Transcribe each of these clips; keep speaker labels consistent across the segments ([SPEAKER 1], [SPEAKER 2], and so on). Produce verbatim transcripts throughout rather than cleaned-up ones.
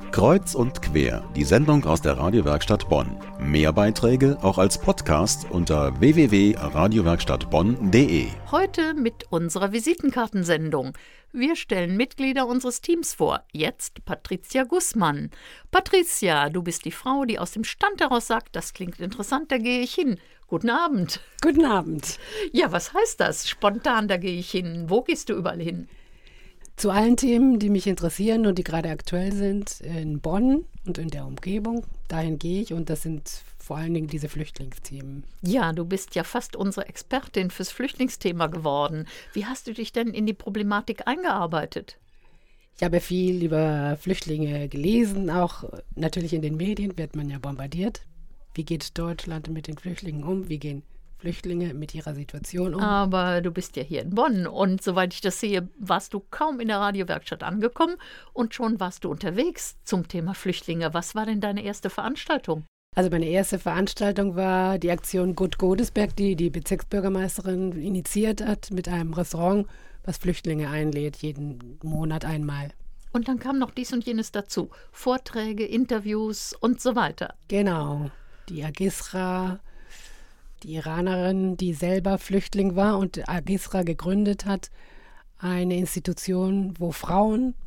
[SPEAKER 1] Kreuz und quer, die Sendung aus der Radiowerkstatt Bonn. Mehr Beiträge auch als Podcast unter w w w punkt radiowerkstattbonn punkt d e.
[SPEAKER 2] Heute mit unserer Visitenkartensendung. Wir stellen Mitglieder unseres Teams vor. Jetzt Patricia Gußmann. Patricia, du bist die Frau, die aus dem Stand heraus sagt, das klingt interessant, da gehe ich hin. Guten Abend.
[SPEAKER 3] Guten Abend.
[SPEAKER 2] Ja, was heißt das? Spontan, da gehe ich hin. Wo gehst du überall hin?
[SPEAKER 3] Zu allen Themen, die mich interessieren und die gerade aktuell sind, in Bonn und in der Umgebung. Dahin gehe ich und das sind vor allen Dingen diese Flüchtlingsthemen.
[SPEAKER 2] Ja, du bist ja fast unsere Expertin fürs Flüchtlingsthema geworden. Wie hast du dich denn in die Problematik eingearbeitet?
[SPEAKER 3] Ich habe viel über Flüchtlinge gelesen, auch natürlich in den Medien wird man ja bombardiert. Wie geht Deutschland mit den Flüchtlingen um? Wie gehen Flüchtlinge mit ihrer Situation um?
[SPEAKER 2] Aber du bist ja hier in Bonn und soweit ich das sehe, warst du kaum in der Radiowerkstatt angekommen und schon warst du unterwegs zum Thema Flüchtlinge. Was war denn deine erste Veranstaltung?
[SPEAKER 3] Also meine erste Veranstaltung war die Aktion Gut Godesberg, die die Bezirksbürgermeisterin initiiert hat mit einem Restaurant, was Flüchtlinge einlädt, jeden Monat einmal.
[SPEAKER 2] Und dann kam noch dies und jenes dazu, Vorträge, Interviews und so weiter.
[SPEAKER 3] Genau, die Agisra, die Iranerin, die selber Flüchtling war und Agisra gegründet hat, eine Institution, wo Frauen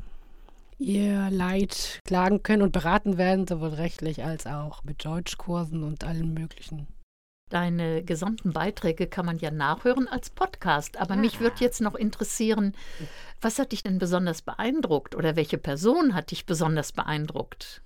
[SPEAKER 3] ihr Leid klagen können und beraten werden, sowohl rechtlich als auch mit Deutschkursen und allem Möglichen.
[SPEAKER 2] Deine gesamten Beiträge kann man ja nachhören als Podcast, aber
[SPEAKER 3] ja.
[SPEAKER 2] Mich würde jetzt noch interessieren, was hat dich denn besonders beeindruckt oder welche Person hat dich besonders beeindruckt?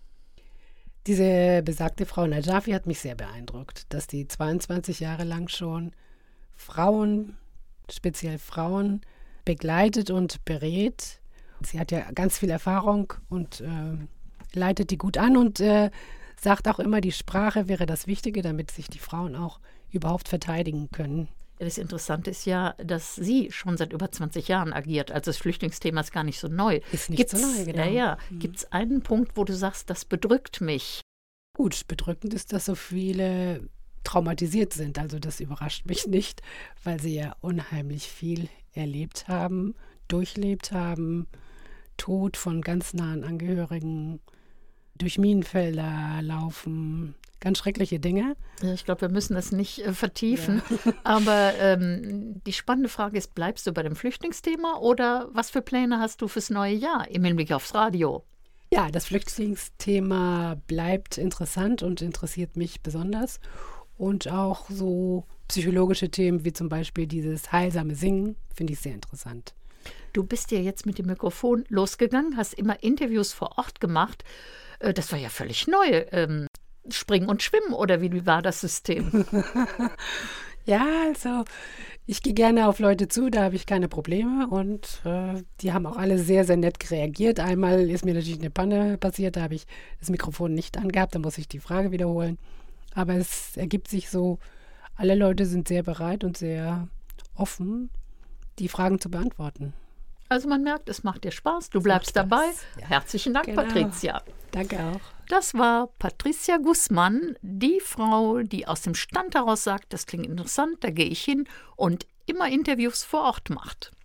[SPEAKER 3] Diese besagte Frau Najafi hat mich sehr beeindruckt, dass die zweiundzwanzig Jahre lang schon Frauen, speziell Frauen, begleitet und berät. Sie hat ja ganz viel Erfahrung und äh, leitet die gut an und äh, sagt auch immer, die Sprache wäre das Wichtige, damit sich die Frauen auch überhaupt verteidigen können.
[SPEAKER 2] Das Interessante ist ja, dass sie schon seit über zwanzig Jahren agiert. Also das Flüchtlingsthema ist gar nicht so neu.
[SPEAKER 3] Ist nicht
[SPEAKER 2] Gibt's,
[SPEAKER 3] so neu, genau.
[SPEAKER 2] Ja, ja.
[SPEAKER 3] Mhm.
[SPEAKER 2] Gibt es einen Punkt, wo du sagst, das bedrückt mich?
[SPEAKER 3] Gut, bedrückend ist, dass so viele traumatisiert sind. Also das überrascht mich nicht, weil sie ja unheimlich viel erlebt haben, durchlebt haben. Tod von ganz nahen Angehörigen, durch Minenfelder laufen, ganz schreckliche Dinge.
[SPEAKER 2] Ich glaube, wir müssen das nicht äh, vertiefen.
[SPEAKER 3] Ja.
[SPEAKER 2] Aber ähm, die spannende Frage ist, bleibst du bei dem Flüchtlingsthema oder was für Pläne hast du fürs neue Jahr im Hinblick aufs Radio?
[SPEAKER 3] Ja, das Flüchtlingsthema bleibt interessant und interessiert mich besonders. Und auch so psychologische Themen wie zum Beispiel dieses heilsame Singen finde ich sehr interessant.
[SPEAKER 2] Du bist ja jetzt mit dem Mikrofon losgegangen, hast immer Interviews vor Ort gemacht. Das war ja völlig neu. Ähm, Springen und Schwimmen oder wie, wie war das System?
[SPEAKER 3] Ja, also ich gehe gerne auf Leute zu, da habe ich keine Probleme und äh, die haben auch alle sehr, sehr nett reagiert. Einmal ist mir natürlich eine Panne passiert, da habe ich das Mikrofon nicht angehabt, da muss ich die Frage wiederholen. Aber es ergibt sich so, alle Leute sind sehr bereit und sehr offen, die Fragen zu beantworten.
[SPEAKER 2] Also man merkt, es macht dir Spaß, du bleibst dabei.
[SPEAKER 3] Ja.
[SPEAKER 2] Herzlichen Dank, genau. Patricia.
[SPEAKER 3] Danke auch.
[SPEAKER 2] Das war Patricia Gußmann, die Frau, die aus dem Stand heraus sagt, das klingt interessant, da gehe ich hin und immer Interviews vor Ort macht.